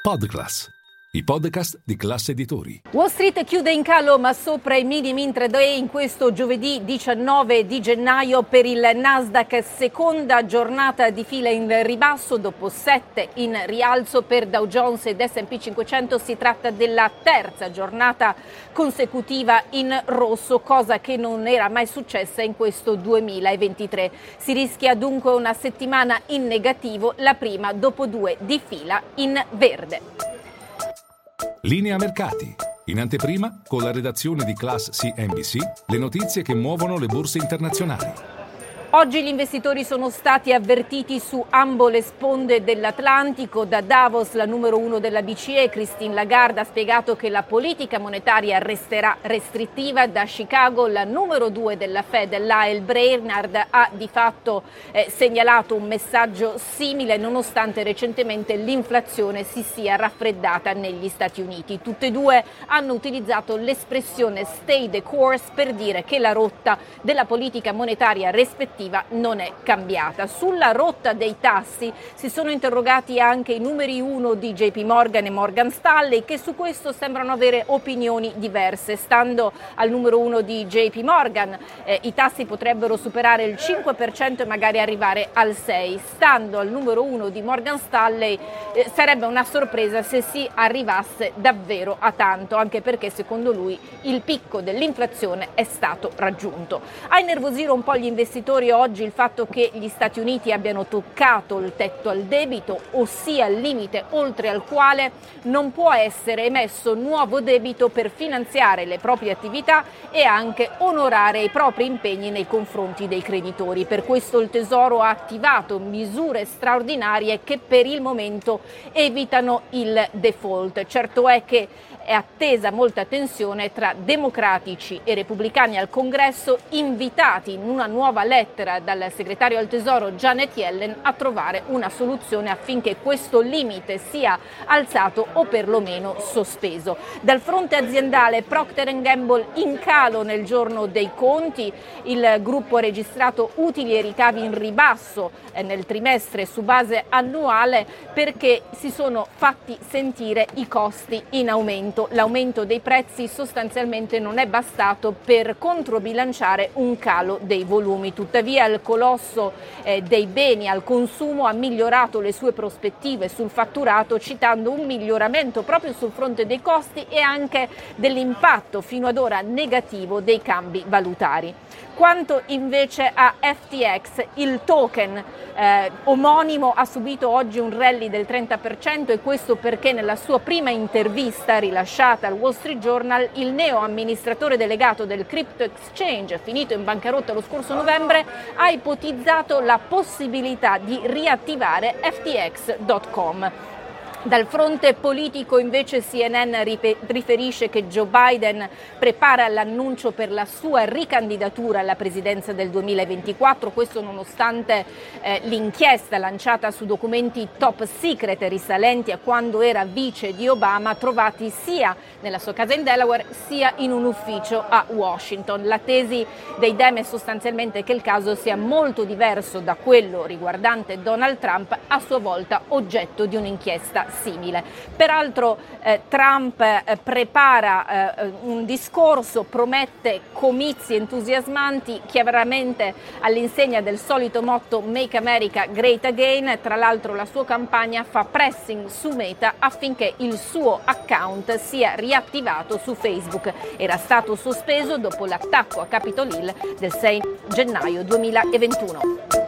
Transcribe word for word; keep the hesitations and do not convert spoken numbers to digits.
Podclass, i podcast di Class Editori. Wall Street chiude in calo ma sopra i medium intraday in questo giovedì diciannove di gennaio per il Nasdaq, seconda giornata di fila in ribasso dopo sette in rialzo per Dow Jones ed S and P cinquecento. Si tratta della terza giornata consecutiva in rosso, cosa che non era mai successa in questo duemilaventitré. Si rischia dunque una settimana in negativo, la prima dopo due di fila in verde. Linea mercati. In anteprima, con la redazione di Class C N B C, le notizie che muovono le borse internazionali. Oggi gli investitori sono stati avvertiti su ambo le sponde dell'Atlantico. Da Davos, la numero uno della B C E, Christine Lagarde, ha spiegato che la politica monetaria resterà restrittiva. Da Chicago, la numero due della Fed, Lael Brainard, ha di fatto eh, segnalato un messaggio simile, nonostante recentemente l'inflazione si sia raffreddata negli Stati Uniti. Tutte e due hanno utilizzato l'espressione stay the course per dire che la rotta della politica monetaria rispettiva non è cambiata. Sulla rotta dei tassi si sono interrogati anche i numeri uno di J P Morgan e Morgan Stanley, che su questo sembrano avere opinioni diverse. Stando al numero uno di J P Morgan, eh, i tassi potrebbero superare il cinque per cento e magari arrivare al sei per cento. Stando al numero uno di Morgan Stanley, eh, sarebbe una sorpresa se si arrivasse davvero a tanto, anche perché secondo lui il picco dell'inflazione è stato raggiunto. A innervosire un po' gli investitori oggi il fatto che gli Stati Uniti abbiano toccato il tetto al debito, ossia il limite oltre al quale non può essere emesso nuovo debito per finanziare le proprie attività e anche onorare i propri impegni nei confronti dei creditori. Per questo il Tesoro ha attivato misure straordinarie che per il momento evitano il default. Certo è che è attesa molta tensione tra democratici e repubblicani al Congresso, invitati in una nuova lettera dal segretario al Tesoro Janet Yellen a trovare una soluzione affinché questo limite sia alzato o perlomeno sospeso. Dal fronte aziendale, Procter and Gamble in calo nel giorno dei conti. Il gruppo ha registrato utili e ricavi in ribasso eh, nel trimestre su base annuale perché si sono fatti sentire i costi in aumento. L'aumento dei prezzi sostanzialmente non è bastato per controbilanciare un calo dei volumi. Tuttavia il colosso eh, dei beni al consumo ha migliorato le sue prospettive sul fatturato, citando un miglioramento proprio sul fronte dei costi e anche dell'impatto fino ad ora negativo dei cambi valutari. Quanto invece a F T X, il token eh, omonimo ha subito oggi un rally del trenta per cento, e questo perché nella sua prima intervista rilasciata al Wall Street Journal il neo amministratore delegato del crypto exchange, finito in bancarotta lo scorso novembre, ha ipotizzato la possibilità di riattivare F T X punto com. Dal fronte politico invece C N N riferisce che Joe Biden prepara l'annuncio per la sua ricandidatura alla presidenza del duemilaventiquattro, questo nonostante eh, l'inchiesta lanciata su documenti top secret risalenti a quando era vice di Obama, trovati sia nella sua casa in Delaware sia in un ufficio a Washington. La tesi dei Dem è sostanzialmente che il caso sia molto diverso da quello riguardante Donald Trump, a sua volta oggetto di un'inchiesta simile. Peraltro eh, Trump eh, prepara eh, un discorso, promette comizi entusiasmanti, chiaramente all'insegna del solito motto Make America Great Again. Tra l'altro la sua campagna fa pressing su Meta affinché il suo account sia riattivato su Facebook. Era stato sospeso dopo l'attacco a Capitol Hill del sei gennaio duemilaventuno.